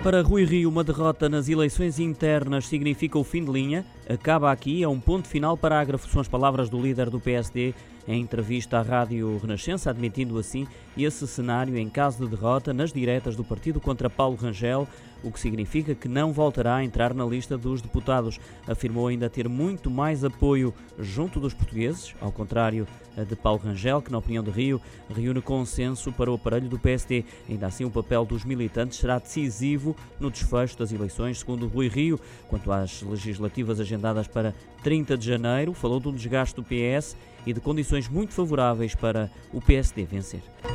Para Rui Rio, uma derrota nas eleições internas significa o fim de linha. Acaba aqui, é um ponto final, parágrafo, são as palavras do líder do PSD em entrevista à Rádio Renascença, admitindo assim esse cenário em caso de derrota nas diretas do partido contra Paulo Rangel, o que significa que não voltará a entrar na lista dos deputados. Afirmou ainda ter muito mais apoio junto dos portugueses, ao contrário de Paulo Rangel, que, na opinião de Rio, reúne consenso para o aparelho do PSD. Ainda assim, o papel dos militantes será decisivo no desfecho das eleições, segundo Rui Rio. Quanto às legislativas agendadas para 30 de janeiro, falou de um desgaste do PS e de condições muito favoráveis para o PSD vencer.